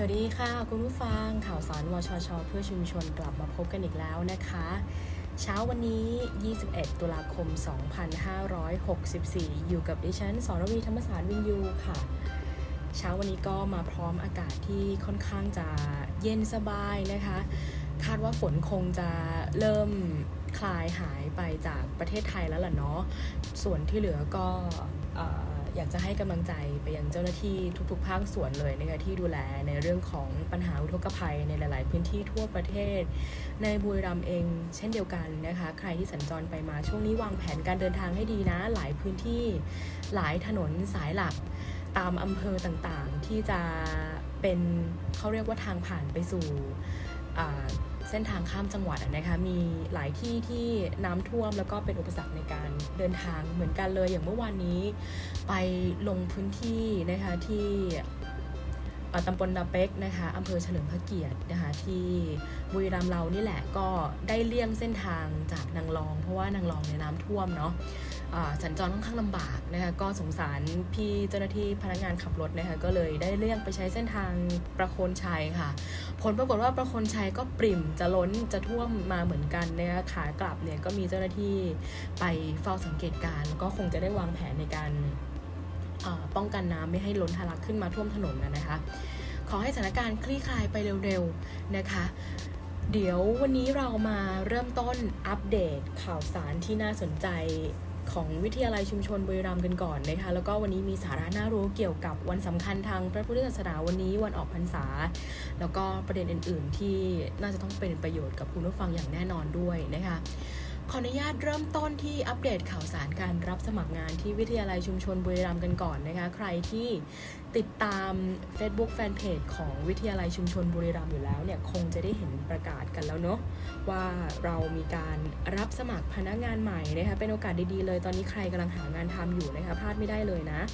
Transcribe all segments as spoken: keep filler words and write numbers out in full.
วัสดีค่ะคุณผู้ฟังข่าวสารวชช.เพื่อชุมชนกลับมาพบกันอีกแล้วนะคะเช้าวันนี้ยี่สิบเอ็ดตุลาคมสองพันห้าร้อยหกสิบสี่อยู่กับดิฉันสรวีธรรมศาสตร์วินยูค่ะเช้าวันนี้ก็มาพร้อมอากาศที่ค่อนข้างจะเย็นสบายนะคะคาดว่าฝนคงจะเริ่มคลายหายไปจากประเทศไทยแล้วล่ะเนาะส่วนที่เหลือก็อยากจะให้กำลังใจไปยังเจ้าหน้าที่ทุกๆภาคส่วนเลยนะคะที่ดูแลในเรื่องของปัญหาอุทกภัยในหลายๆพื้นที่ทั่วประเทศในบุรีรัมย์เองเช่นเดียวกันนะคะใครที่สัญจรไปมาช่วงนี้วางแผนการเดินทางให้ดีนะหลายพื้นที่หลายถนนสายหลักตามอำเภอต่างๆที่จะเป็นเขาเรียกว่าทางผ่านไปสู่เส้นทางข้ามจังหวัดนะคะมีหลายที่ที่น้ำท่วมแล้วก็เป็นอุปสรรคในการเดินทางเหมือนกันเลยอย่างเมื่อวานนี้ไปลงพื้นที่นะคะที่ตำบลนาเป็กนะคะอำเภอเฉลิมพระเกียรตินะคะที่บุรีรัมย์เรานี่แหละก็ได้เลี่ยงเส้นทางจากนางรองเพราะว่านางรองในน้ำท่วมเนาะสัญจรค่อนข้างลำบากนะคะก็สงสารพี่เจ้าหน้าที่พนักงานขับรถนะคะก็เลยได้เลี่ยงไปใช้เส้นทางประโคนชัยค่ะผลปรากฏว่าประโคนชัยก็ปริ่มจะล้นจะท่วมมาเหมือนกันนะคะขากลับเนี่ยก็มีเจ้าหน้าที่ไปเฝ้าสังเกตการณ์ก็คงจะได้วางแผนในการป้องกันน้ำไม่ให้ล้นทะลักขึ้นมาท่วมถนนนะคะขอให้สถานการณ์คลี่คลายไปเร็วๆนะคะเดี๋ยววันนี้เรามาเริ่มต้นอัปเดตข่าวสารที่น่าสนใจของวิทยาลัยชุมชนบุรีรัมย์กันก่อนนะคะแล้วก็วันนี้มีสาระน่ารู้เกี่ยวกับวันสำคัญทางพระพุทธศาสนาวันนี้วันออกพรรษาแล้วก็ประเด็นอื่นๆที่น่าจะต้องเป็นประโยชน์กับคุณผู้ฟังอย่างแน่นอนด้วยนะคะขออนุญาตเริ่มต้นที่อัปเดตข่าวสารการรับสมัครงานที่วิทยาลัยชุมชนบุรีรัมย์กันก่อนนะคะใครที่ติดตาม Facebook Fanpage ของวิทยาลัยชุมชนบุรีรัมย์อยู่แล้วเนี่ยคงจะได้เห็นประกาศกันแล้วเนาะว่าเรามีการรับสมัครพนักงานใหม่นะคะเป็นโอกาสดีๆเลยตอนนี้ใครกำลังหางานทำอยู่นะคะพลาดไม่ได้เลยนะ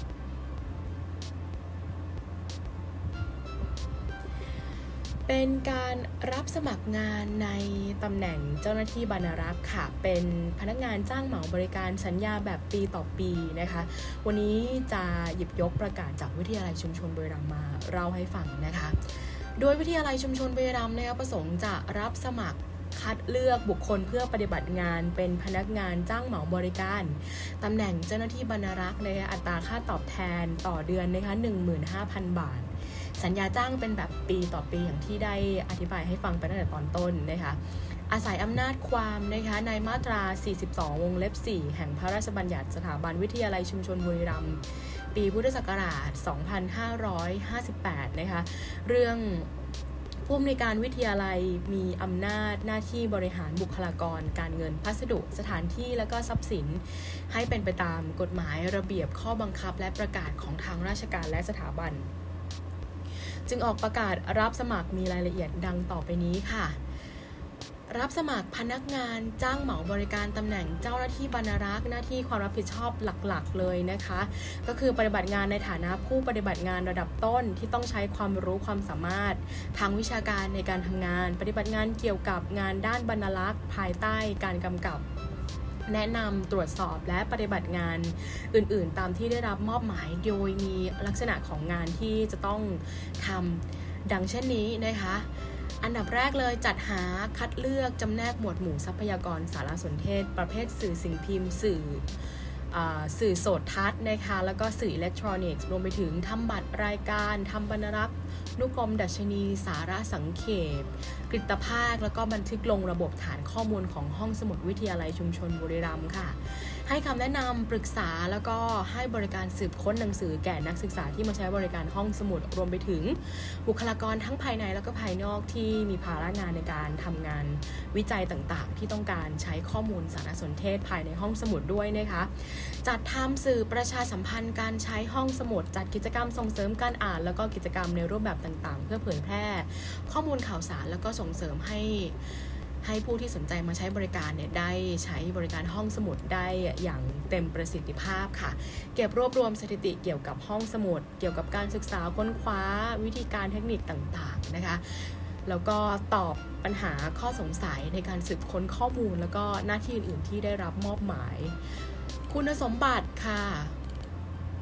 เป็นการรับสมัครงานในตำแหน่งเจ้าหน้าที่บรรณารักษ์ค่ะเป็นพนักงานจ้างเหมาบริการสัญญาแบบปีต่อปีนะคะวันนี้จะหยิบยกประกาศจากวิทยาลัยชุมชนบุรีรัมย์มาเล่าให้ฟังนะคะโดยวิทยาลัยชุมชนบุรีรัมย์นะคะประสงค์จะรับสมัครคัดเลือกบุคคลเพื่อปฏิบัติงานเป็นพนักงานจ้างเหมาบริการตำแหน่งเจ้าหน้าที่บรรณารักษ์นะคะอัตราค่าตอบแทนต่อเดือนนะคะ หนึ่งหมื่นห้าพัน บาทสัญญาจ้างเป็นแบบปีต่อปีอย่างที่ได้อธิบายให้ฟังไปตั้งแต่ตอนต้นนะคะอาศัยอำนาจความนะคะในมาตราสี่สิบสองวงเล็บสี่แห่งพระราชบัญญัติสถาบันวิทยาลัยชุมชนบุรีรัมย์ปีพุทธศักราชสองพันห้าร้อยห้าสิบแปดนะคะเรื่องผู้อำนวยการวิทยาลัยมีอำนาจหน้าที่บริหารบุคลากรการเงินพัสดุสถานที่และก็ทรัพย์สินให้เป็นไปตามกฎหมายระเบียบข้อบังคับและประกาศของทางราชการและสถาบันจึงออกประกาศรับสมัครมีรายละเอียดดังต่อไปนี้ค่ะรับสมัครพนักงานจ้างเหมาบริการตำแหน่งเจ้าหน้าที่บรรณารักษ์หน้าที่ความรับผิดชอบหลักๆเลยนะคะก็คือปฏิบัติงานในฐานะผู้ปฏิบัติงานระดับต้นที่ต้องใช้ความรู้ความสามารถทางวิชาการในการทำงานปฏิบัติงานเกี่ยวกับงานด้านบรรณารักษ์ภายใต้การกำกับแนะนำตรวจสอบและปฏิบัติงานอื่นๆตามที่ได้รับมอบหมายโดยมีลักษณะของงานที่จะต้องทำดังเช่นนี้นะคะอันดับแรกเลยจัดหาคัดเลือกจำแนกหมวดหมู่ทรัพยากรสารสนเทศประเภทสื่อสิ่งพิมพ์สื่อสื่อโสตทัศน์นะคะแล้วก็สื่ออิเล็กทรอนิกส์รวมไปถึงทำบัตรรายการทำบรรณารักษ์นุกรมดัชนีสาระสังเขปกฤตภาคแล้วก็บันทึกลงระบบฐานข้อมูลของห้องสมุดวิทยาลัยชุมชนบุรีรัมย์ค่ะให้คำแนะนำปรึกษาแล้วก็ให้บริการสืบค้นหนังสือแก่นักศึกษาที่มาใช้บริการห้องสมุดรวมไปถึงบุคลากรทั้งภายในแล้วก็ภายนอกที่มีภาระงานในการทำงานวิจัยต่างๆที่ต้องการใช้ข้อมูลสารสนเทศภายในห้องสมุดด้วยนะคะจัดทำสื่อประชาสัมพันธ์การใช้ห้องสมุดจัดกิจกรรมส่งเสริมการอ่านแล้วก็กิจกรรมในรูปแบบต่างๆเพื่อเผยแพร่ข้อมูลข่าวสารแล้วก็ส่งเสริมให้ให้ผู้ที่สนใจมาใช้บริการเนี่ยได้ใช้บริการห้องสมุดได้อย่างเต็มประสิทธิภาพค่ะเก็บรวบรวมสถิติเกี่ยวกับห้องสมุดเกี่ยวกับการศึกษาค้นคว้าวิธีการเทคนิคต่างๆนะคะแล้วก็ตอบปัญหาข้อสงสัยในการสืบค้นข้อมูลแล้วก็หน้าที่อื่นๆที่ได้รับมอบหมายคุณสมบัติค่ะ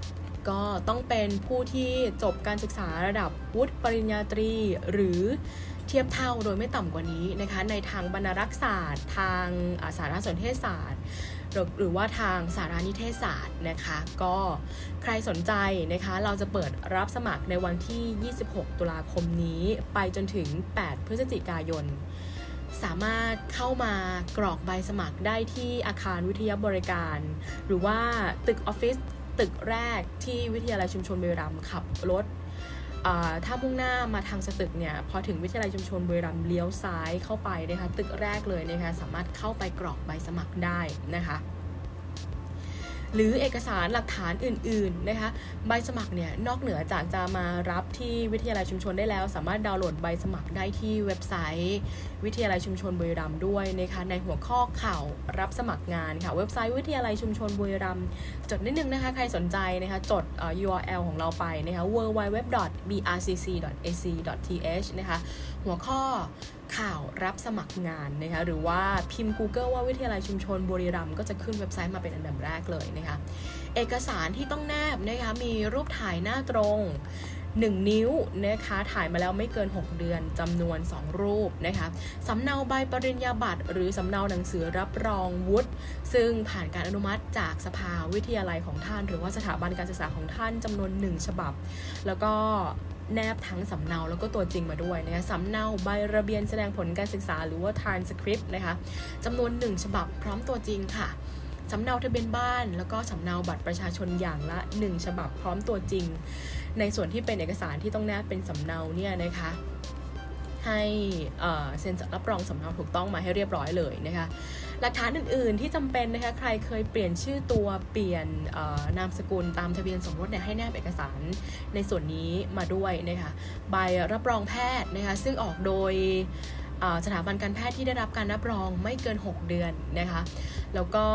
ก็ต้องเป็นผู้ที่จบการศึกษาระดับวุฒิปริญญาตรีหรือเทียบเท่าโดยไม่ต่ำกว่านี้นะคะในทางบรรณารักษศาสตร์ทางสารสนเทศศาสตร์หรือว่าทางสารนิเทศศาสตร์นะคะก็ใครสนใจนะคะเราจะเปิดรับสมัครในวันที่ยี่สิบหกตุลาคมนี้ไปจนถึงแปดพฤศจิกายนสามารถเข้ามากรอกใบสมัครได้ที่อาคารวิทยาบริการหรือว่าตึกออฟฟิศตึกแรกที่วิทยาลัยชุมชนบุรีรัมย์ขับรถถ้ามุ่งหน้ามาทางสตึกเนี่ยพอถึงวิทยาลัยชุมชนบุรีรัมย์เลี้ยวซ้ายเข้าไปนะคะตึกแรกเลยนะคะสามารถเข้าไปกรอกใบสมัครได้นะคะหรือเอกสารหลักฐานอื่นๆนะคะใบสมัครเนี่ยนอกเหนือจากจะมารับที่วิทยาลัยชุมชนได้แล้วสามารถดาวน์โหลดใบสมัครได้ที่เว็บไซต์วิทยาลัยชุมชนบุรีรัมย์ด้วยนะคะในหัวข้อข่าวรับสมัครงานค่ะเว็บไซต์วิทยาลัยชุมชนบุรีรัมย์จดนิดนึงนะคะใครสนใจนะคะจด ยู อาร์ แอล ของเราไปนะคะ ดับเบิลยู ดับเบิลยู ดับเบิลยู ดอท บี อาร์ ซี ซี ดอท เอ ซี ดอท ที เอช นะคะหัวข้อข่าวรับสมัครงานนะคะหรือว่าพิมพ์ Google ว่าวิทยาลัยชุมชนบุรีรัมย์ก็จะขึ้นเว็บไซต์มาเป็นอันดับแรกเลยนะคะเอกสารที่ต้องแนบนะคะมีรูปถ่ายหน้าตรงหนึ่งนิ้วนะคะถ่ายมาแล้วไม่เกินหกเดือนจำนวนสองรูปนะคะสำเนาใบปริญญาบัตรหรือสำเนาหนังสือรับรองวุฒิซึ่งผ่านการอนุมัติจากสภาวิทยาลัยของท่านหรือว่าสถาบันการศึกษาของท่านจำนวนหนึ่งฉบับแล้วก็แนบทั้งสำเนาแล้วก็ตัวจริงมาด้วยนะคะสำเนาใบระเบียนแสดงผลการศึกษาหรือว่า transcript นะคะจำนวนหนึ่งฉบับพร้อมตัวจริงค่ะสำเนาทะเบียนบ้านแล้วก็สำเนาบัตรประชาชนอย่างละหนึ่งฉบับพร้อมตัวจริงในส่วนที่เป็นเอกสารที่ต้องแนบเป็นสำเนาเนี่ยนะคะให้เซ็นรับรองสำเนาถูกต้องมาให้เรียบร้อยเลยนะคะหลักฐานอื่นๆที่จำเป็นนะคะใครเคยเปลี่ยนชื่อตัวเปลี่ยนนามสกุลตามทะเบียนสมรสเนี่ยให้แนบเอกสารในส่วนนี้มาด้วยนะคะใบรับรองแพทย์นะคะซึ่งออกโดยสถาบันการแพทย์ที่ได้รับการรับรองไม่เกินหกเดือนนะคะแล้วก็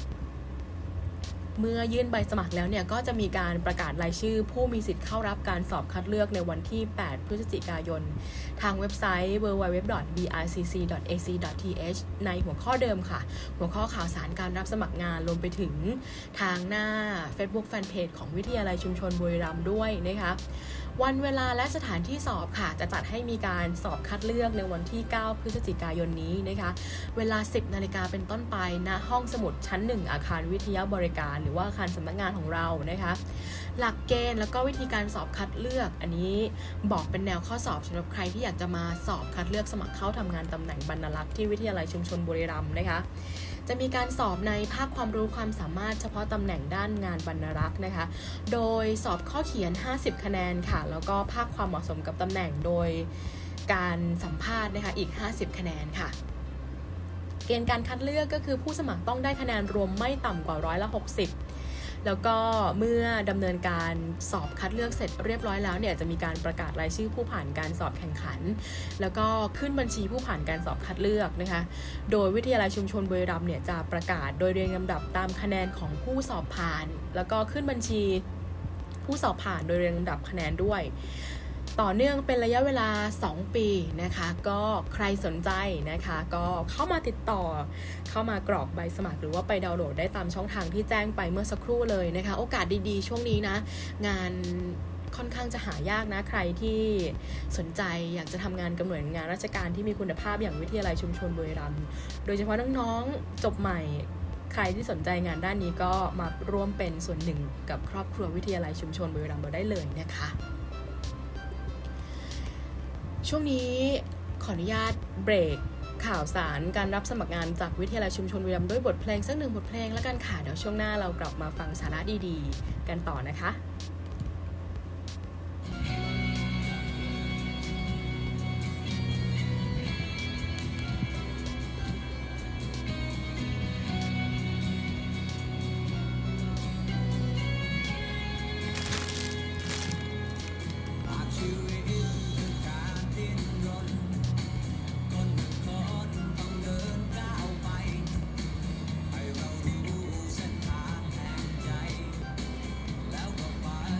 เมื่อยื่นใบสมัครแล้วเนี่ยก็จะมีการประกาศรายชื่อผู้มีสิทธิ์เข้ารับการสอบคัดเลือกในวันที่แปดพฤศจิกายนทางเว็บไซต์ ดับเบิลยู ดับเบิลยู ดับเบิลยู ดอท บี อาร์ ซี ซี ดอท เอ ซี ดอท ที เอช ในหัวข้อเดิมค่ะหัวข้อข่าวสารการรับสมัครงานรวมไปถึงทางหน้า Facebook Fanpage ของวิทยาลัยชุมชนบุรีรัมย์ด้วยนะคะวันเวลาและสถานที่สอบค่ะจะจัดให้มีการสอบคัดเลือกในวันที่เก้าพฤศจิกายนนี้นะคะเวลา สิบนาฬิกาเป็นต้นไปณห้องสมุดชั้นหนึ่งอาคารวิทยาบริการหรือว่าอาคารสำนักงานของเรานะคะหลักเกณฑ์แล้วก็วิธีการสอบคัดเลือกอันนี้บอกเป็นแนวข้อสอบสำหรับใครที่อยากจะมาสอบคัดเลือกสมัครเข้าทำงานตำแหน่งบรรณารักษ์ที่วิทยาลัยชุมชนบุรีรัมย์นะคะจะมีการสอบในภาคความรู้ความสามารถเฉพาะตำแหน่งด้านงานบรรณารักษ์นะคะโดยสอบข้อเขียนห้าสิบคะแนนค่ะแล้วก็ภาคความเหมาะสมกับตำแหน่งโดยการสัมภาษณ์นะคะอีกห้าสิบคะแนนค่ะเกณฑ์การคัดเลือกก็คือผู้สมัครต้องได้คะแนนรวมไม่ต่ำกว่าร้อยละหกสิบแล้วก็เมื่อดำเนินการสอบคัดเลือกเสร็จเรียบร้อยแล้วเนี่ยจะมีการประกาศรายชื่อผู้ผ่านการสอบแข่งขันแล้วก็ขึ้นบัญชีผู้ผ่านการสอบคัดเลือกนะคะโดยวิทยาลัยชุมชนบุรีรัมย์เนี่ยจะประกาศโดยเรียงลำดับตามคะแนนของผู้สอบผ่านแล้วก็ขึ้นบัญชีผู้สอบผ่านโดยเรียงลำดับคะแนนด้วยต่อเนื่องเป็นระยะเวลาสองปีนะคะก็ใครสนใจนะคะก็เข้ามาติดต่อเข้ามากรอกใบสมัครหรือว่าไปดาวน์โหลดได้ตามช่องทางที่แจ้งไปเมื่อสักครู่เลยนะคะโอกาสดีๆช่วงนี้นะงานค่อนข้างจะหายากนะใครที่สนใจอยากจะทำงานกับหน่วยงานราชการที่มีคุณภาพอย่างวิทยาลัยชุมชนบุรีรัมย์โดยเฉพาะน้องๆจบใหม่ใครที่สนใจงานด้านนี้ก็มาร่วมเป็นส่วนหนึ่งกับครอบครัววิทยาลัยชุมชนบุรีรัมย์เราได้เลยนะคะช่วงนี้ขออนุญาตเบรกข่าวสารการรับสมัครงานจากวิทยาลัยชุมชนบุรีรัมย์ด้วยบทเพลงสักหนึ่งบทเพลงแล้วกันค่ะเดี๋ยวช่วงหน้าเรากลับมาฟังสาระดีๆกันต่อนะคะให้เรารู้เส้นทางแห่งใจแล้วก็ไป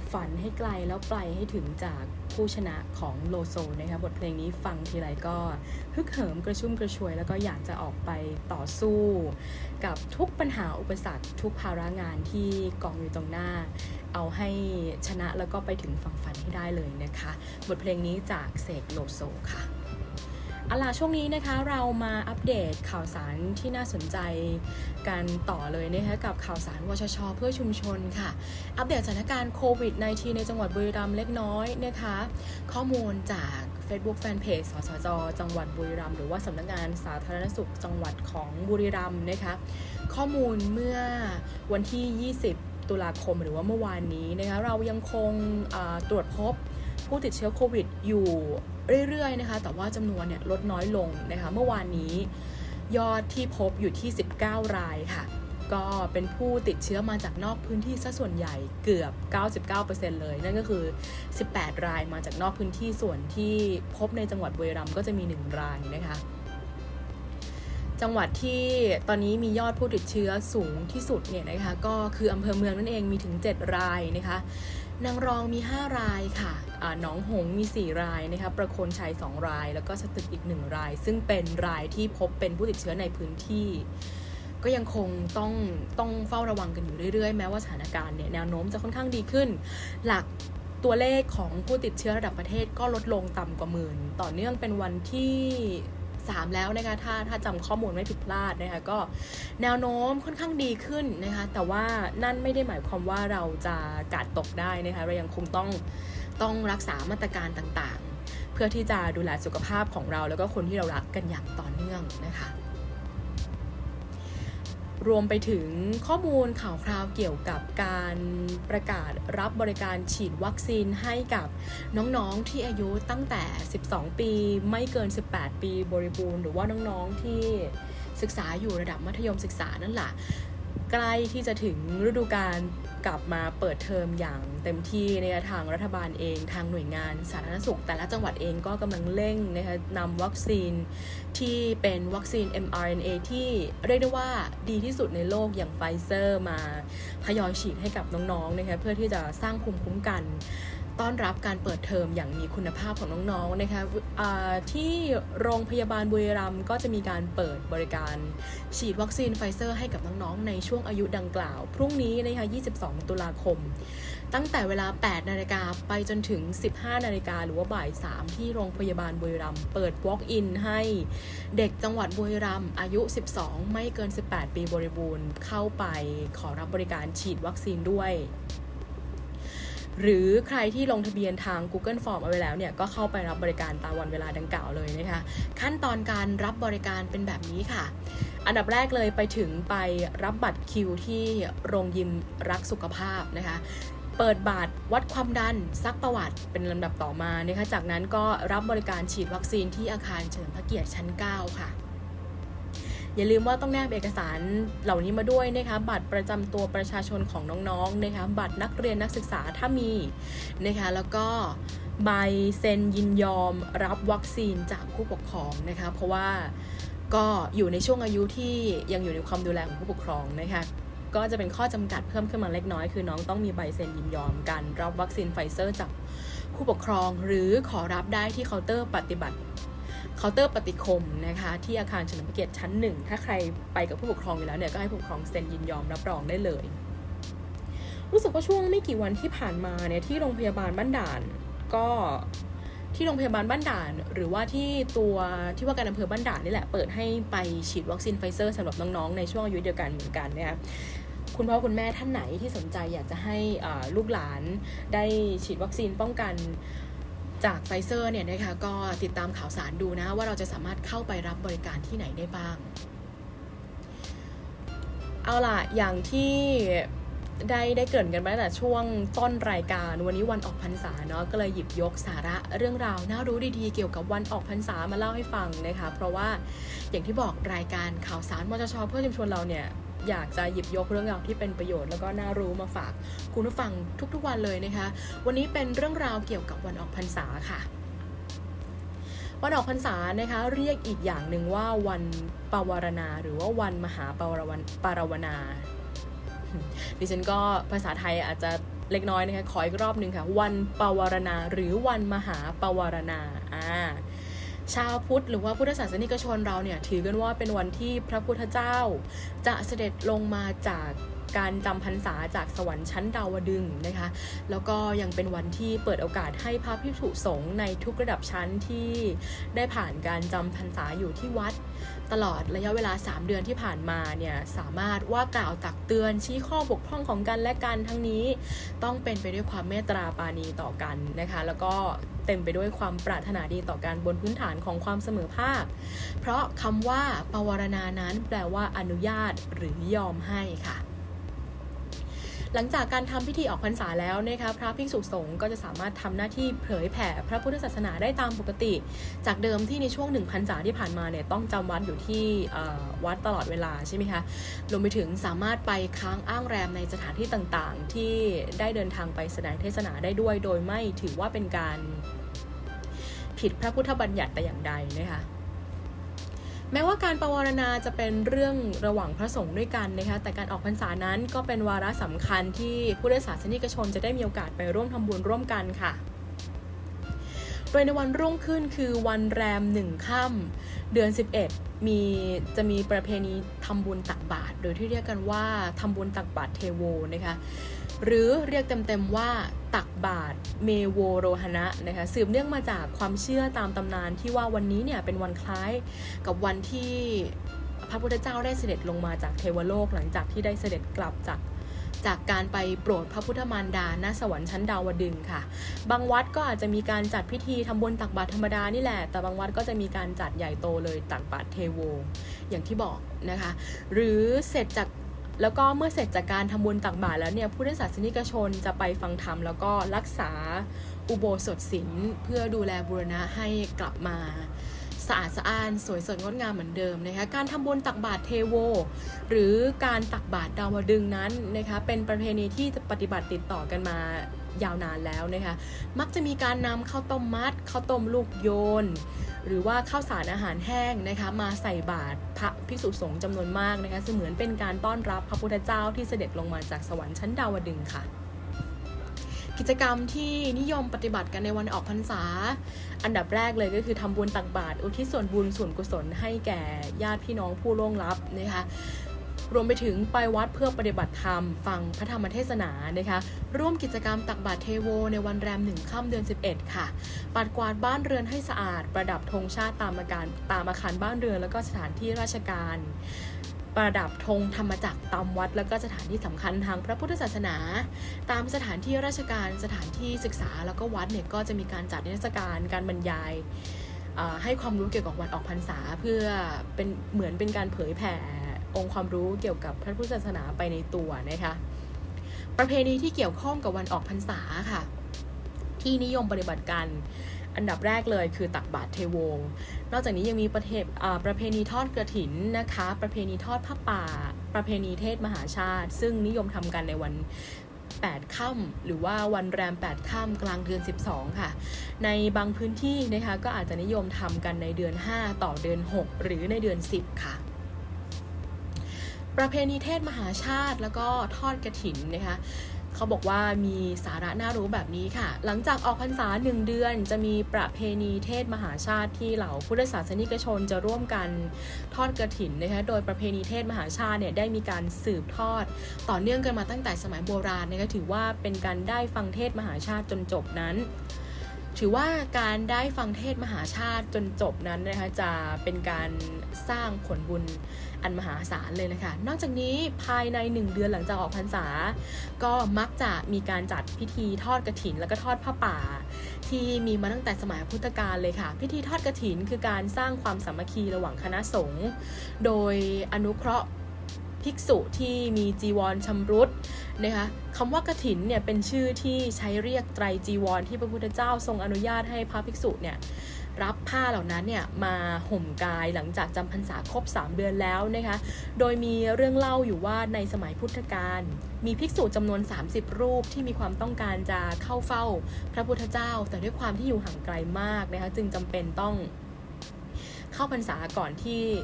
ฝันให้ไกลแล้วไปให้ถึงจากผู้ชนะของโลโซนะคะบทเพลงนี้ฟังทีไรก็ฮึกเหิมกระชุ่มกระชวยแล้วก็อยากจะออกไปต่อสู้กับทุกปัญหาอุปสรรคทุกภาระงานที่กองอยู่ตรงหน้าเอาให้ชนะแล้วก็ไปถึงฝั่งฝันให้ได้เลยนะคะบทเพลงนี้จากเสกโลโซค่ะเอาล่ะช่วงนี้นะคะเรามาอัปเดตข่าวสารที่น่าสนใจกันต่อเลยนะคะกับข่าวสารวชช.เพื่อชุมชนค่ะอัปเดตสถานการณ์โควิด สิบเก้า ในจังหวัดบุรีรัมย์เล็กน้อยนะคะข้อมูลจาก Facebook Fanpage สสจ.จังหวัดบุรีรัมย์หรือว่าสำนักงานสาธารณสุขจังหวัดของบุรีรัมย์นะคะข้อมูลเมื่อวันที่ยี่สิบตุลาคมหรือว่าเมื่อวานนี้นะคะเรายังคงตรวจพบผู้ติดเชื้อโควิดอยู่เรื่อยๆนะคะแต่ว่าจำนวนเนี่ยลดน้อยลงนะคะเมื่อวานนี้ยอดที่พบอยู่ที่สิบเก้ารายค่ะก็เป็นผู้ติดเชื้อมาจากนอกพื้นที่ซะส่วนใหญ่เกือบ เก้าสิบเก้าเปอร์เซ็นต์ เลยนั่นก็คือสิบแปดรายมาจากนอกพื้นที่ส่วนที่พบในจังหวัดบุรีรัมย์ก็จะมีหนึ่งรายนะคะจังหวัดที่ตอนนี้มียอดผู้ติดเชื้อสูงที่สุดเนี่ยนะคะก็คืออำเภอเมืองนั่นเองมีถึงเจ็ดรายนะคะนางรองมีห้ารายค่ะหนองหงส์มีสี่รายนะคะประโคนชัยสองรายแล้วก็สตึกอีกหนึ่งรายซึ่งเป็นรายที่พบเป็นผู้ติดเชื้อในพื้นที่ก็ยังคงต้องต้องเฝ้าระวังกันอยู่เรื่อยๆแม้ว่าสถานการณ์เนี่ยแนวโน้มจะค่อนข้างดีขึ้นหลักตัวเลขของผู้ติดเชื้อระดับประเทศก็ลดลงต่ำกว่าหมื่นต่อเนื่องเป็นวันที่สามแล้วนะคะถ้าถ้าจำข้อมูลไม่ผิดพลาดนะคะก็แนวโน้มค่อนข้างดีขึ้นนะคะแต่ว่านั่นไม่ได้หมายความว่าเราจะกาดตกได้นะคะเรายังคงต้องต้องรักษามาตรการต่างๆเพื่อที่จะดูแลสุขภาพของเราแล้วก็คนที่เรารักกันอย่างต่อเนื่องนะคะรวมไปถึงข้อมูลข่าวคราวเกี่ยวกับการประกาศรับบริการฉีดวัคซีนให้กับน้องๆที่อายุตั้งแต่สิบสองปีไม่เกินสิบแปดปีบริบูรณ์หรือว่าน้องๆที่ศึกษาอยู่ระดับมัธยมศึกษานั่นแหละใกล้ที่จะถึงฤดูกาลกลับมาเปิดเทอมอย่างเต็มที่ในทางรัฐบาลเองทางหน่วยงานสาธารณสุขแต่ละจังหวัดเองก็กำลังเร่งนะคะนำวัคซีนที่เป็นวัคซีน เอ็ม อาร์ เอ็น เอ ที่เรียกได้ว่าดีที่สุดในโลกอย่างไฟเซอร์มาทยอยฉีดให้กับน้องๆนะคะเพื่อที่จะสร้างภูมิคุ้มกันต้อนรับการเปิดเทอมอย่างมีคุณภาพของน้องๆนะคะที่โรงพยาบาลบุรีรัมย์ก็จะมีการเปิดบริการฉีดวัคซีนไฟเซอร์ให้กับน้องๆในช่วงอายุดังกล่าวพรุ่งนี้นะคะยี่สิบสองตุลาคมตั้งแต่เวลา แปดนาฬิกา ไปจนถึง สิบห้านาฬิกาหรือว่าบ่ายสามที่โรงพยาบาลบุรีรัมย์เปิด walk in ให้เด็กจังหวัดบุรีรัมย์อายุสิบสองไม่เกินสิบแปดปีบริบูรณ์เข้าไปขอรับบริการฉีดวัคซีนด้วยหรือใครที่ลงทะเบียนทาง Google Form เอาไว้แล้วเนี่ยก็เข้าไปรับบริการตามวันเวลาดังกล่าวเลยนะคะขั้นตอนการรับบริการเป็นแบบนี้ค่ะอันดับแรกเลยไปถึงไปรับบัตรคิวที่โรงยิมรักสุขภาพนะคะเปิดบัตรวัดความดันซักประวัติเป็นลำดับต่อมานะคะจากนั้นก็รับบริการฉีดวัคซีนที่อาคารเฉลิมพระเกียรติชั้นเก้าค่ะอย่าลืมว่าต้องแนบเอกสารเหล่านี้มาด้วยนะคะบัตรประจำตัวประชาชนของน้องๆนะคะบัตรนักเรียนนักศึกษาถ้ามีนะคะแล้วก็ใบเซ็นยินยอมรับวัคซีนจากผู้ปกครองนะคะเพราะว่าก็อยู่ในช่วงอายุที่ยังอยู่ในความดูแลของผู้ปกครองนะคะก็จะเป็นข้อจำกัดเพิ่มขึ้นมาเล็กน้อยคือน้องต้องมีใบเซ็นยินยอมการรับวัคซีนไฟเซอร์จากผู้ปกครองหรือขอรับได้ที่เคาน์เตอร์ปฏิบัติเคาน์เตอร์ปฏิคมนะคะที่อาคารเฉลิมพระเกียรติชั้นหนึ่งถ้าใครไปกับผู้ปกครองอยู่แล้วเนี่ยก็ให้ผู้ปกครองเซ็นยินยอมรับรองได้เลยรู้สึกว่าช่วงไม่กี่วันที่ผ่านมาเนี่ยที่โรงพยาบาลบ้านด่านก็ที่โรงพยาบาลบ้านด่านหรือว่าที่ตัวที่ว่าการอำเภอบ้านด่านนี่แหละเปิดให้ไปฉีดวัคซีนไฟเซอร์สำหรับน้องๆในช่วงอายุเดียวกันเหมือนกันนะคะคุณพ่อคุณแม่ท่านไหนที่สนใจอยากจะให้ลูกหลานได้ฉีดวัคซีนป้องกันจากไฟเซอร์เนี่ยนะคะก็ติดตามข่าวสารดูนะว่าเราจะสามารถเข้าไปรับบริการที่ไหนได้บ้างเอาล่ะอย่างที่ได้ได้เกริ่นกันไปตั้งแต่ช่วงต้นรายการวันนี้วันออกพรรษาเนาะก็เลยหยิบยกสาระเรื่องราวน่ารู้ดีๆเกี่ยวกับวันออกพรรษามาเล่าให้ฟังนะคะเพราะว่าอย่างที่บอกรายการข่าวสารมจช.เพื่อชุมชนเราเนี่ยอยากจะหยิบยกเรื่องราวที่เป็นประโยชน์แล้วก็น่ารู้มาฝากคุณผู้ฟังทุกๆวันเลยนะคะวันนี้เป็นเรื่องราวเกี่ยวกับวันออกพรรษาค่ะวันออกพรรษานะคะเรียกอีกอย่างหนึ่งว่าวันปวารณาหรือว่าวันมหาปารวนาดิฉันก็ภาษาไทยอาจจะเล็กน้อยนะคะขออีกรอบนึงค่ะวันปวารณาหรือวันมหาปวารณาอ่าชาวพุทธหรือว่าพุทธศาสนิกชนเราเนี่ยถือกันว่าเป็นวันที่พระพุทธเจ้าจะเสด็จลงมาจากการจำพรรษาจากสวรรค์ชั้นดาวดึงส์นะคะแล้วก็ยังเป็นวันที่เปิดโอกาสให้พระภิกษุสงฆ์ในทุกระดับชั้นที่ได้ผ่านการจำพรรษาอยู่ที่วัดตลอดระยะเวลาสามเดือนที่ผ่านมาเนี่ยสามารถว่ากล่าวตักเตือนชี้ข้อบกพร่องของกันและกันทั้งนี้ต้องเป็นไปด้วยความเมตตาปราณีต่อกันนะคะแล้วก็เต็มไปด้วยความปรารถนาดีต่อกันบนพื้นฐานของความเสมอภาคเพราะคำว่าปวารณานั้นแปลว่าอนุญาตหรือยอมให้ค่ะหลังจากการทำพิธีออกพรรษาแล้วนะคะพระภิกษุสงฆ์ก็จะสามารถทำหน้าที่เผยแผ่พระพุทธศาสนาได้ตามปกติจากเดิมที่ในช่วงหนึ่งพรรษาที่ผ่านมาเนี่ยต้องจำวัดอยู่ที่วัดตลอดเวลาใช่ไหมคะรวมไปถึงสามารถไปค้างอ้างแรมในสถานที่ต่างๆที่ได้เดินทางไปแสดงเทศนาได้ด้วยโดยไม่ถือว่าเป็นการผิดพระพุทธบัญญัติแต่อย่างใดนะคะแม้ว่าการปวารณาจะเป็นเรื่องระหว่างพระสงฆ์ด้วยกันนะคะแต่การออกพรรษานั้นก็เป็นวาระสำคัญที่พุทธศาสนิกชนจะได้มีโอกาสไปร่วมทำบุญร่วมกันค่ะโดยในวันรุ่งขึ้นคือวันแรมหนึ่งค่ำเดือนสิบเอ็ดมีจะมีประเพณีทำบุญตักบาตรโดยที่เรียกกันว่าทำบุญตักบาตรเทโวนะคะหรือเรียกเต็มๆว่าตักบาตรเมโวโรหณะนะคะสืบเนื่องมาจากความเชื่อตามตำนานที่ว่าวันนี้เนี่ยเป็นวันคล้ายกับวันที่พระพุทธเจ้าได้เสด็จลงมาจากเทวโลกหลังจากที่ได้เสด็จกลับจากจากการไปโปรดพระพุทธมารดาณสวรรค์ชั้นดาวดึงส์ค่ะบางวัดก็อาจจะมีการจัดพิธีทำบุญตักบาตรธรรมดานี่แหละแต่บางวัดก็จะมีการจัดใหญ่โตเลยตักบาตรเทโวอย่างที่บอกนะคะหรือเสร็จจากแล้วก็เมื่อเสร็จจากการทำบุญตักบาตรแล้วเนี่ยพุทธศาสนิกชนจะไปฟังธรรมแล้วก็รักษาอุโบสถศีลเพื่อดูแลบูรณะให้กลับมาสะอาดสะอ้านสวยสดงดงามเหมือนเดิมนะคะการทำบุญตักบาตรเทโวหรือการตักบาตรดาวดึงส์นั้นนะคะเป็นประเพณีที่ปฏิบัติติดต่อกันมายาวนานแล้วนะคะมักจะมีการนำข้าวต้มมัดข้าวต้มลูกโยนหรือว่าข้าวสารอาหารแห้งนะคะมาใส่บาตรพระภิกษุสงฆ์จำนวนมากนะคะเสมือนเป็นการต้อนรับพระพุทธเจ้าที่เสด็จลงมาจากสวรรค์ชั้นดาวดึงส์ค่ะกิจกรรมที่นิยมปฏิบัติกันในวันออกพรรษาอันดับแรกเลยก็คือทำบุญตักบาตรอุทิศส่วนบุญส่วนกุศลให้แก่ญาติพี่น้องผู้ล่วงลับนะคะรวมไปถึงไปวัดเพื่อปฏิบัติธรรมฟังพระธรรมเทศนานะคะร่วมกิจกรรมตักบาตรเทโวในวันแรมหนึ่งค่ำเดือนสิบเอ็ดค่ะปัดกวาดบ้านเรือนให้สะอาดประดับธงชาติตามอาคารตามอาคารบ้านเรือนแล้วก็สถานที่ราชการประดับธงธรรมจักรตามวัดแล้วก็สถานที่สำคัญทางพระพุทธศาสนาตามสถานที่ราชการสถานที่ศึกษาแล้วก็วัดเนี่ยก็จะมีการจัดนิทรรศการการบรรยายให้ความรู้เกี่ยวกับวันออกพรรษาเพื่อเป็นเหมือนเป็นการเผยแผ่องค์ความรู้เกี่ยวกับพระพุทธศาสนาไปในตัวนะคะประเพณีที่เกี่ยวข้องกับวันออกพรรษาค่ะที่นิยมปฏิบัติกันอันดับแรกเลยคือตักบาตรเทโวนอกจากนี้ยังมีประเพณีประเพณีทอดกฐินนะคะประเพณีทอดผ้าป่าประเพณีเทศมหาชาติซึ่งนิยมทำกันในวันแปดค่ำหรือว่าวันแรมแปดค่ำกลางเดือนสิบสองค่ะในบางพื้นที่นะคะก็อาจจะนิยมทำกันในเดือนห้าต่อเดือนหกหรือในเดือนสิบค่ะประเพณีเทศมหาชาติแล้วก็ทอดกฐินนะคะเขาบอกว่ามีสาระน่ารู้แบบนี้ค่ะหลังจากออกพรรษาหนึ่งเดือนจะมีประเพณีเทศมหาชาติที่เหล่าพุทธศาสนิกชนจะร่วมกันทอดกฐินนะคะโดยประเพณีเทศมหาชาติเนี่ยได้มีการสืบทอดต่อเนื่องกันมาตั้งแต่สมัยโบราณนะคะถือว่าเป็นการได้ฟังเทศมหาชาติจนจบนั้นถือว่าการได้ฟังเทศมหาชาติจนจบนั้นนะคะจะเป็นการสร้างผลบุญอันมหาศาลเลยนะคะนอกจากนี้ภายในหนึ่งเดือนหลังจากออกพรรษาก็มักจะมีการจัดพิธีทอดกฐินแล้วก็ทอดผ้าป่าที่มีมาตั้งแต่สมัยพุทธกาลเลยค่ะพิธีทอดกฐินคือการสร้างความสามัคคีระหว่างคณะสงฆ์โดยอนุเคราะห์ภิกษุที่มีจีวรชำรุดนะคะคำว่ากฐินเนี่ยเป็นชื่อที่ใช้เรียกไตรจีวรที่พระพุทธเจ้าทรงอนุญาตให้พระภิกษุเนี่ยรับผ้าเหล่านั้นเนี่ยมาห่มกายหลังจากจำพรรษาครบสามเดือนแล้วนะคะโดยมีเรื่องเล่าอยู่ว่าในสมัยพุทธกาลมีภิกษุจำนวนสามสิบรูปที่มีความต้องการจะเข้าเฝ้าพระพุทธเจ้าแต่ด้วยความที่อยู่ห่างไกลมากนะคะจึงจำเป็นต้องเข้าพรรษาก่อนที่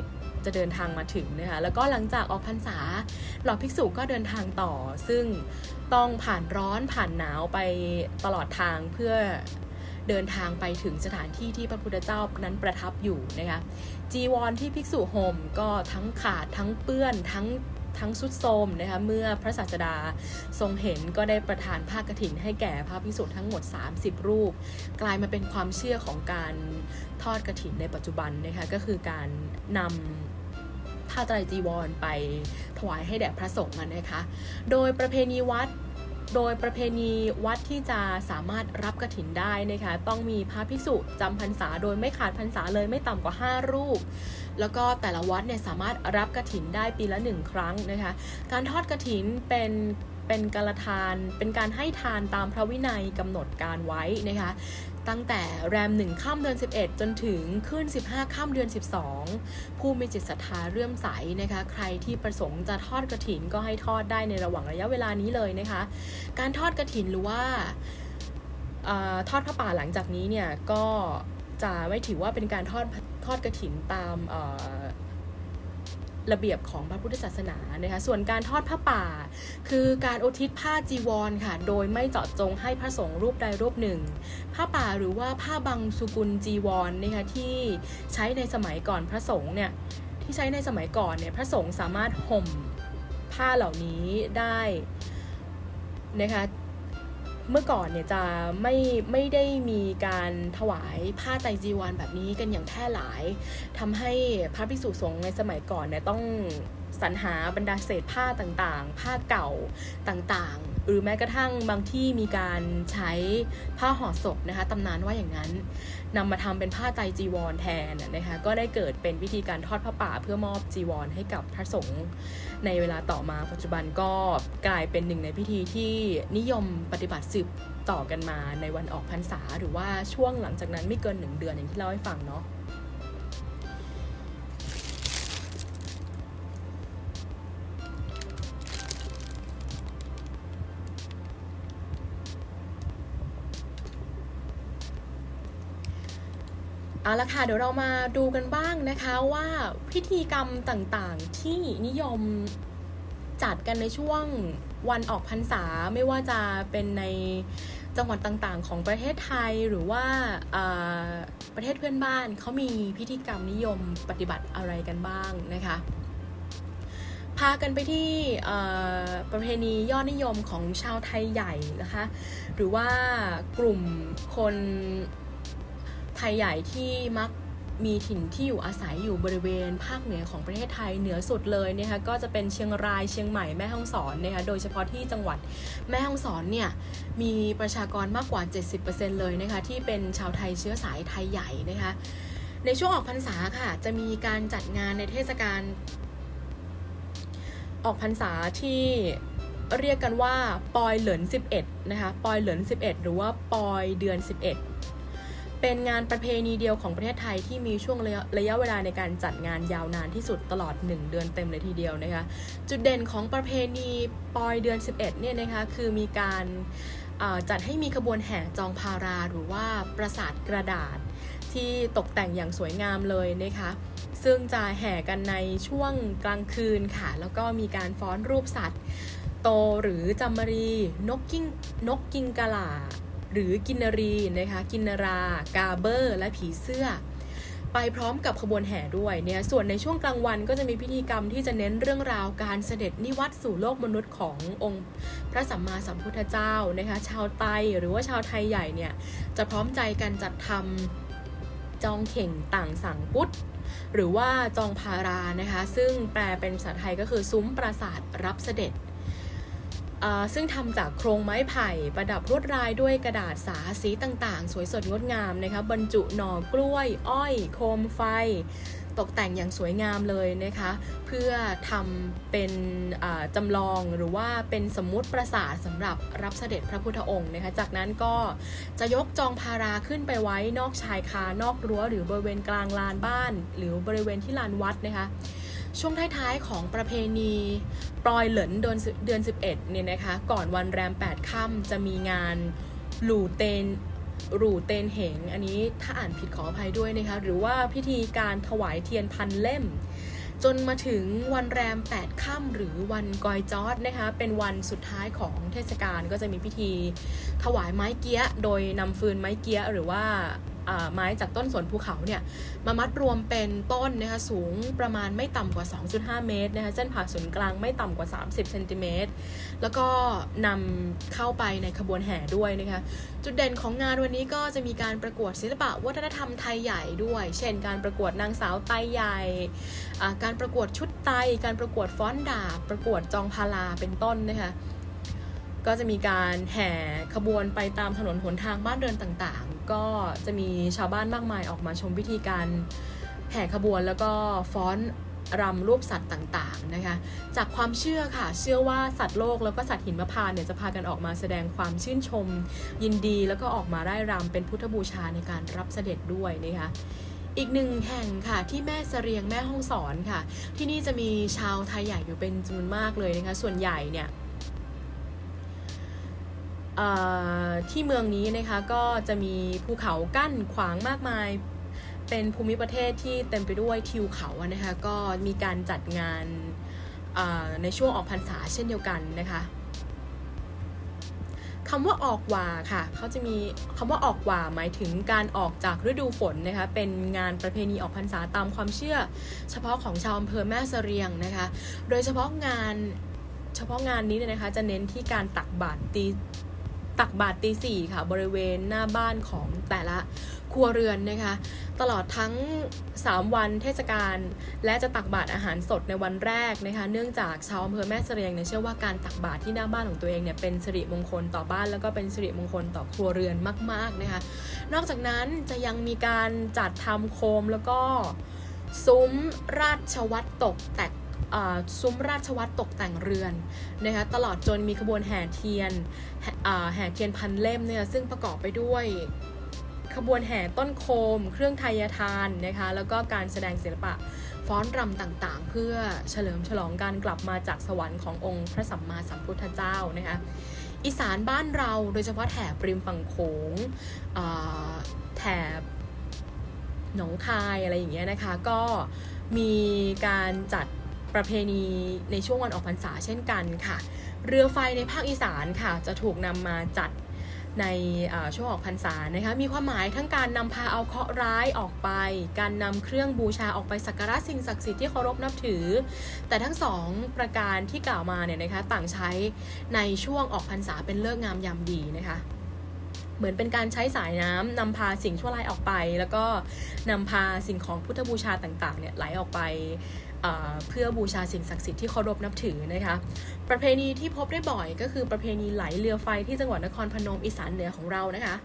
จะเดินทางมาถึงนะคะแล้วก็หลังจากออกพรรษาเหล่าภิกษุก็เดินทางต่อซึ่งต้องผ่านร้อนผ่านหนาวไปตลอดทางเพื่อเดินทางไปถึงสถานที่ที่พระพุทธเจ้านั้นประทับอยู่นะคะจีวรที่ภิกษุห่มก็ทั้งขาดทั้งเปื้อนทั้งทั้งสุดโทรมนะคะเมื่อพระศาสดาทรงเห็นก็ได้ประทานผ้ากฐินให้แก่พระภิกษุทั้งหมดสามสิบรูปกลายมาเป็นความเชื่อของการทอดกฐินในปัจจุบันนะคะก็คือการนำผ้าไตรจีวรไปถวายให้แด่พระสงฆ์นะคะโดยประเพณีวัดโดยประเพณีวัดที่จะสามารถรับกฐินได้นะคะต้องมีพระภิกษุจำพรรษาโดยไม่ขาดพรรษาเลยไม่ต่ำกว่าห้ารูปแล้วก็แต่ละวัดเนี่ยสามารถรับกฐินได้ปีละหนึ่งครั้งนะคะการทอดกฐินเป็นเป็นการทานเป็นการให้ทานตามพระวินัยกำหนดการไว้นะคะตั้งแต่แรมหนึ่งค่ำเดือนสิบเอ็ดจนถึงขึ้นสิบห้าค่ำเดือนสิบสองผู้มีจิตศรัทธาเลื่อมใสนะคะใครที่ประสงค์จะทอดกฐินก็ให้ทอดได้ในระหว่างระยะเวลานี้เลยนะคะการทอดกฐินหรือว่าทอดผ้าป่าหลังจากนี้เนี่ยก็จะไม่ถือว่าเป็นการทอดทอดกฐินตามระเบียบของพระพุทธศาสนานะคะส่วนการทอดผ้าป่าคือการอุทิศผ้าจีวรค่ะโดยไม่เจาะจงให้พระสงฆ์รูปใดรูปหนึ่งผ้าป่าหรือว่าผ้าบังสุกุลจีวรนะคะที่ใช้ในสมัยก่อนพระสงฆ์เนี่ยที่ใช้ในสมัยก่อนเนี่ยพระสงฆ์สามารถห่มผ้าเหล่านี้ได้นะคะเมื่อก่อนเนี่ยจะไม่ไม่ได้มีการถวายผ้าไตรจีวรแบบนี้กันอย่างแพร่หลายทำให้พระภิกษุสงฆ์ในสมัยก่อนเนี่ยต้องสรรหาบรรดาเศษผ้าต่างๆผ้าเก่าต่างๆหรือแม้กระทั่งบางที่มีการใช้ผ้าห่อศพนะคะตำนานว่าอย่างนั้นนำมาทำเป็นผ้าไตรจีวรแทนนะคะก็ได้เกิดเป็นวิธีการทอดผ้าป่าเพื่อมอบจีวรให้กับพระสงฆ์ในเวลาต่อมาปัจจุบันก็กลายเป็นหนึ่งในพิธีที่นิยมปฏิบัติสืบต่อกันมาในวันออกพรรษาหรือว่าช่วงหลังจากนั้นไม่เกินหนึ่งเดือนอย่างที่เล่าให้ฟังเนาะเอาละค่ะเดี๋ยวเรามาดูกันบ้างนะคะว่าพิธีกรรมต่างๆที่นิยมจัดกันในช่วงวันออกพรรษาไม่ว่าจะเป็นในจังหวัดต่างๆของประเทศไทยหรือว่าประเทศเพื่อนบ้านเขามีพิธีกรรมนิยมปฏิบัติอะไรกันบ้างนะคะพากันไปที่ประเพณียอดนิยมของชาวไทยใหญ่นะคะหรือว่ากลุ่มคนไทยใหญ่ที่มักมีถิ่นที่อยู่อาศัยอยู่บริเวณภาคเหนือของประเทศไทยเหนือสุดเลยนะคะก็จะเป็นเชียงรายเชียงใหม่แม่ฮ่องสอนนะคะโดยเฉพาะที่จังหวัดแม่ฮ่องสอนเนี่ยมีประชากรมากกว่า เจ็ดสิบเปอร์เซ็นต์ เลยนะคะที่เป็นชาวไทยเชื้อสายไทยใหญ่นะคะในช่วงออกพรรษาค่ะจะมีการจัดงานในเทศกาลออกพรรษาที่เรียกกันว่าปอยเหลินสิบเอ็ดนะคะปอยเหลินสิบเอ็ดหรือว่าปอยเดือนสิบเอ็ดเป็นงานประเพณีเดียวของประเทศไทยที่มีช่วงระยะระยะเวลาในการจัดงานยาวนานที่สุดตลอดหนึ่งเดือนเต็มเลยทีเดียวนะคะจุดเด่นของประเพณีปอยเดือนสิบเอ็ดเนี่ยนะคะคือมีการจัดให้มีขบวนแห่จองพาราหรือว่าปราสาทกระดาษที่ตกแต่งอย่างสวยงามเลยนะคะซึ่งจะแห่กันในช่วงกลางคืนค่ะแล้วก็มีการฟ้อนรูปสัตว์โตหรือจามรีนกกิ้งนกกิงกะลาหรือกินนรีนะคะกินนรากาเบอร์และผีเสื้อไปพร้อมกับขบวนแห่ด้วยเนี่ยส่วนในช่วงกลางวันก็จะมีพิธีกรรมที่จะเน้นเรื่องราวการเสด็จนิวัตสู่โลกมนุษย์ขององค์พระสัมมาสัมพุทธเจ้านะคะชาวไตหรือว่าชาวไทยใหญ่เนี่ยจะพร้อมใจกันจัดทำจองเข่งต่างสังปุตหรือว่าจองพารานะคะซึ่งแปลเป็นภาษาไทยก็คือซุ้มปราสาทรับเสด็จซึ่งทำจากโครงไม้ไผ่ประดับลวดลายด้วยกระดาษสาสีต่างๆสวยสดงดงามนะคะบรรจุหน่อกล้วยอ้อยโคมไฟตกแต่งอย่างสวยงามเลยนะคะเพื่อทำเป็นจำลองหรือว่าเป็นสมมุติปราสาทสำหรับรับเสด็จพระพุทธองค์นะคะจากนั้นก็จะยกจองพาราขึ้นไปไว้นอกชายคานอกรั้วหรือบริเวณกลางลานบ้านหรือบริเวณที่ลานวัดนะคะช่วงท้ายๆของประเพณีปลอยเหลินเดือนเดือนสิบเอ็ดเนี่ยนะคะก่อนวันแรมแปดค่ำจะมีงานหลู่เตนหลู่เตนเหงอันนี้ถ้าอ่านผิดขออภัยด้วยนะคะหรือว่าพิธีการถวายเทียนพันเล่มจนมาถึงวันแรมแปดค่ำหรือวันกอยจ๊อดนะคะเป็นวันสุดท้ายของเทศกาลก็จะมีพิธีถวายไม้เกี้ยโดยนำฟืนไม้เกี้ยหรือว่าไม้จากต้นสนภูเขาเนี่ยมามัดรวมเป็นต้นนะคะสูงประมาณไม่ต่ำกว่า สองจุดห้า เมตรนะคะเส้นผ่าศูนย์กลางไม่ต่ำกว่าสามสิบเซนติเมตรแล้วก็นำเข้าไปในขบวนแห่ด้วยนะคะจุดเด่นของงานวันนี้ก็จะมีการประกวดศิลปะวัฒนธรรมไทยใหญ่ด้วยเช่นการประกวดนางสาวไตใหญ่การประกวดชุดไตการประกวดฟ้อนดาบประกวดจองพาราเป็นต้นนะคะก็จะมีการแห่ขบวนไปตามถนนหนทางบ้านเรือนต่างๆก็จะมีชาวบ้านมากมายออกมาชมพิธีการแห่ขบวนแล้วก็ฟ้อนรำรูปสัตว์ต่างๆนะคะจากความเชื่อค่ะเชื่อว่าสัตว์โลกแล้วก็สัตว์หิมพานต์เนี่ยจะพากันออกมาแสดงความชื่นชมยินดีแล้วก็ออกมาร่ายรำเป็นพุทธบูชาในการรับเสด็จด้วยนะคะอีกหนึ่งแห่งค่ะที่แม่เสรียงแม่ฮ่องสอนค่ะที่นี่จะมีชาวไทยใหญ่อยู่เป็นจำนวนมากเลยนะคะส่วนใหญ่เนี่ยที่เมืองนี้นะคะก็จะมีภูเขากั้นขวางมากมายเป็นภูมิประเทศที่เต็มไปด้วยทิวเขานะคะก็มีการจัดงานในช่วงออกพรรษาเช่นเดียวกันนะคะคำว่าออกว่าค่ะเขาจะมีคำว่าออกว่าหมายถึงการออกจากฤดูฝนนะคะเป็นงานประเพณีออกพรรษาตามความเชื่อเฉพาะของชาวอำเภอแม่เสรียงนะคะโดยเฉพาะงานเฉพาะงานนี้เนี่ยนะคะจะเน้นที่การตักบาตรตีตักบาตรตีสี่ค่ะบริเวณหน้าบ้านของแต่ละครัวเรือนนะคะตลอดทั้งสามวันเทศกาลและจะตักบาตรอาหารสดในวันแรกนะคะเนื่องจากชาวอำเภอแม่เสรียงเนี่ยเชื่อว่าการตักบาตรที่หน้าบ้านของตัวเองเนี่ยเป็นสิริมงคลต่อบ้านแล้วก็เป็นสิริมงคลต่อครัวเรือนมากๆนะคะนอกจากนั้นจะยังมีการจัดทำโคมแล้วก็ซุ้มราชวัตรตกแต่งซุ้มราชวัตรตกแต่งเรือนนะคะตลอดจนมีขบวนแห่เทียนแห่เทียนพันเล่มเนี่ยซึ่งประกอบไปด้วยขบวนแห่ต้นโคมเครื่องไทยทานนะคะแล้วก็การแสดงศิลปะฟ้อนรำต่างๆเพื่อเฉลิมฉลองการกลับมาจากสวรรค์ขององค์พระสัมมาสัมพุทธเจ้านะคะอีสานบ้านเราโดยเฉพาะแถบริมฝั่งโขงแถบหนองคายอะไรอย่างเงี้ยนะคะก็มีการจัดประเพณีในช่วงวันออกพรรษาเช่นกันค่ะเรือไฟในภาคอีสานค่ะจะถูกนำมาจัดในช่วงออกพรรษานะคะมีความหมายทั้งการนำพาเอาเคราะห์ร้ายออกไปการนำเครื่องบูชาออกไปสักการะสิ่งศักดิ์สิทธิ์ที่เคารพนับถือแต่ทั้งสองประการที่กล่าวมาเนี่ยนะคะต่างใช้ในช่วงออกพรรษาเป็นฤกษ์งามยามดีนะคะเหมือนเป็นการใช้สายน้ำนำพาสิ่งชั่วร้ายออกไปแล้วก็นำพาสิ่งของพุทธบูชาต่างๆเนี่ยไหลออกไปเพื่อบูชาสิ่งศักดิ์สิทธิ์ที่เคารพนับถือนะคะประเพณีที่พบได้บ่อยก็คือประเพณีไหลเรือไฟที่จังหวัดนครพนมอีสานเหนือของเรานะคะ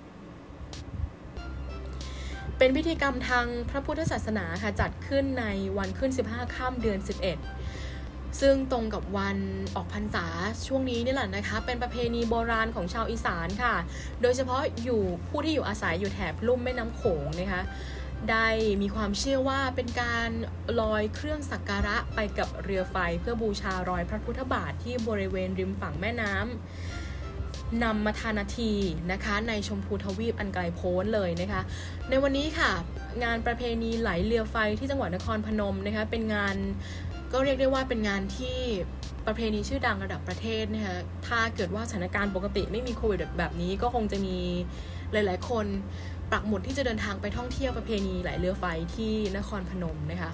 เป็นพิธีกรรมทางพระพุทธศาสนาค่ะจัดขึ้นในวันขึ้นสิบห้าค่ำเดือนสิบเอ็ดซึ่งตรงกับวันออกพรรษาช่วงนี้นี่แหละนะคะเป็นประเพณีโบราณของชาวอีสานค่ะโดยเฉพาะอยู่ผู้ที่อยู่อาศัยอยู่แถบลุ่มแม่น้ำโขงนะคะได้มีความเชื่อว่าเป็นการลอยเครื่องสักการะไปกับเรือไฟเพื่อบูชารอยพระพุทธบาทที่บริเวณริมฝั่งแม่น้ำนำมาทานาทีนะคะในชมพูทวีปอันไกลโพ้นเลยนะคะในวันนี้ค่ะงานประเพณีไหลเรือไฟที่จังหวัดนครพนมนะคะเป็นงานก็เรียกได้ว่าเป็นงานที่ประเพณีชื่อดังระดับประเทศนะคะถ้าเกิดว่าสถานการณ์ปกติไม่มีโควิดแบบนี้ก็คงจะมีหลายๆคนปักหมุดที่จะเดินทางไปท่องเที่ยวประเพณีไหลเรือไฟที่นครพนมนะคะ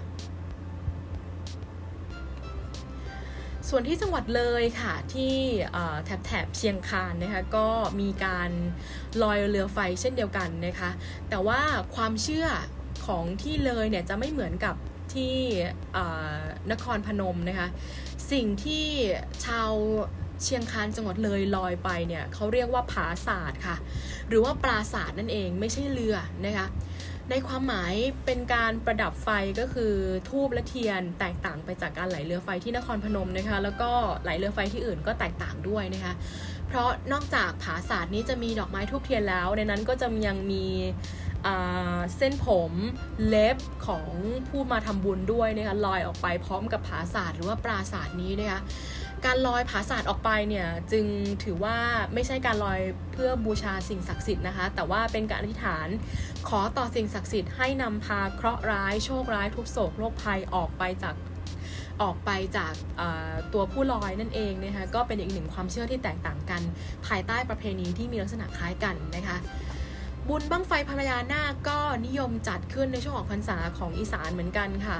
ส่วนที่จังหวัดเลยค่ะที่แถบแถบเชียงคานนะคะก็มีการลอยเรือไฟเช่นเดียวกันนะคะแต่ว่าความเชื่อของที่เลยเนี่ยจะไม่เหมือนกับที่นครพนมนะคะสิ่งที่ชาวเชียงคานจังหวัดเลยลอยไปเนี่ยเขาเรียกว่าผาศาสตร์ค่ะหรือว่าปราศาสตร์นั่นเองไม่ใช่เรือนะคะในความหมายเป็นการประดับไฟก็คือธูปและเทียนแตกต่างไปจากการไหลเรือไฟที่นครพนมนะคะแล้วก็ไหลเรือไฟที่อื่นก็แตกต่างด้วยนะคะเพราะนอกจากผาศาสตร์นี้จะมีดอกไม้ธูปเทียนแล้วในนั้นก็จะยังมีเส้นผมเล็บของผู้มาทำบุญด้วยนะคะลอยออกไปพร้อมกับผาศาสตร์หรือว่าปราศาสตร์นี้นะคะการลอยผาศาสตร์ออกไปเนี่ยจึงถือว่าไม่ใช่การลอยเพื่อบูชาสิ่งศักดิ์สิทธิ์นะคะแต่ว่าเป็นการอธิษฐานขอต่อสิ่งศักดิ์สิทธิ์ให้นำพาเคราะห์ร้ายโชคร้ายทุกโศกโรคภัยออกไปจากออกไปจากตัวผู้ลอยนั่นเองนะคะก็เป็นอีกหนึ่งความเชื่อที่แตกต่างกันภายใต้ประเพณีที่มีลักษณะคล้ายกันนะคะบุญบั้งไฟพญานาคก็นิยมจัดขึ้นในช่วงออกพรรษาของอีสานเหมือนกันค่ะ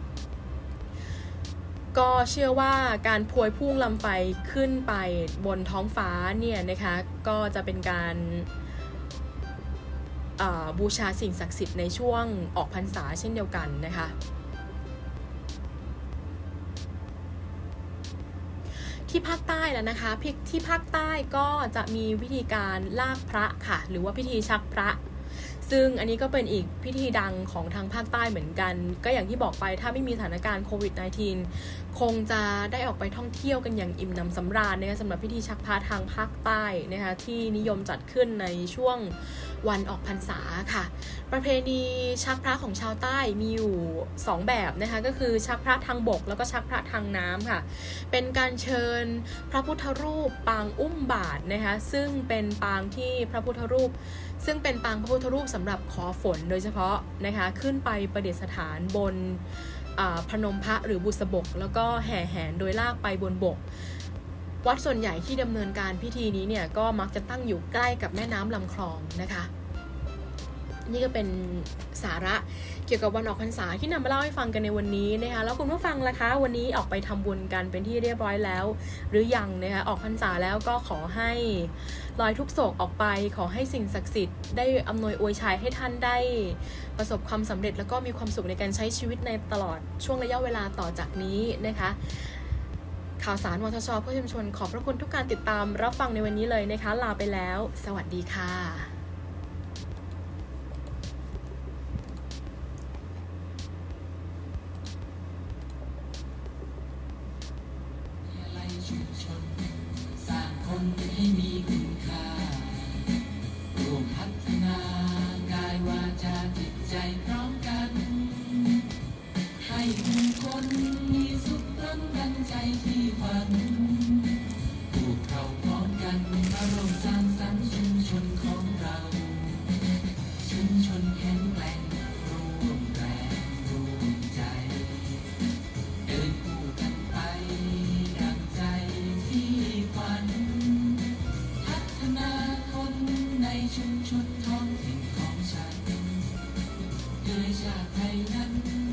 ก็เชื่อว่าการพวยพุ่งลำไฟขึ้นไปบนท้องฟ้าเนี่ยนะคะก็จะเป็นการบูชาสิ่งศักดิ์สิทธิ์ในช่วงออกพรรษาเช่นเดียวกันนะคะที่ภาคใต้แล้วนะคะที่ภาคใต้ก็จะมีวิธีการลากพระค่ะหรือว่าพิธีชักพระซึ่งอันนี้ก็เป็นอีกพิธีดังของทางภาคใต้เหมือนกันก็อย่างที่บอกไปถ้าไม่มีสถานการณ์โควิด สิบเก้า คงจะได้ออกไปท่องเที่ยวกันอย่างอิ่มหนำสำราญนะคะสำหรับพิธีชักพระทางภาคใต้นะคะที่นิยมจัดขึ้นในช่วงวันออกพรรษาค่ะประเพณีชักพระของชาวใต้มีอยู่สองแบบนะคะก็คือชักพระทางบกแล้วก็ชักพระทางน้ำค่ะเป็นการเชิญพระพุทธรูปปางอุ้มบาทนะคะซึ่งเป็นปางที่พระพุทธรูปซึ่งเป็นปางพระพุทธรูปสำหรับขอฝนโดยเฉพาะนะคะขึ้นไปประดิษฐานบนพนมพระหรือบุษบกแล้วก็แห่แหนโดยลากไปบนบกวัดส่วนใหญ่ที่ดำเนินการพิธีนี้เนี่ยก็มักจะตั้งอยู่ใกล้กับแม่น้ำลำคลองนะคะนี่ก็เป็นสาระเกี่ยวกับวันออกพรรษาที่นำมาเล่าให้ฟังกันในวันนี้นะคะแล้วคุณผู้ฟังล่ะคะวันนี้ออกไปทำบุญกันเป็นที่เรียบร้อยแล้วหรือยังนะคะออกพรรษาแล้วก็ขอให้ลอยทุกโศกออกไปขอให้สิ่งศักดิ์สิทธิ์ได้อำนวยอวยชัยให้ท่านได้ประสบความสำเร็จแล้วก็มีความสุขในการใช้ชีวิตในตลอดช่วงระยะเวลาต่อจากนี้นะคะข่าวสารวทช.เพื่อชุมชนขอบพระคุณทุกการติดตามรับฟังในวันนี้เลยนะคะลาไปแล้วสวัสดีค่ะสร้างคนให้มีคุณค่าร่วมพัฒนากายวาจาจิตใจพร้อมกันให้ผู้คนมีสุขล้นดังใจที่ฝันพวกเราพร้อมกันมาร่วมสร้างสรรค์ชุมชนของเราชุมชนแข็งแกร่งร่วมแรงร่วมใจเดินคู่กันไปดังใจที่ฝันพัฒนาคนในชุมชนท้องถิ่นของฉันด้วยชาติไทยนั้น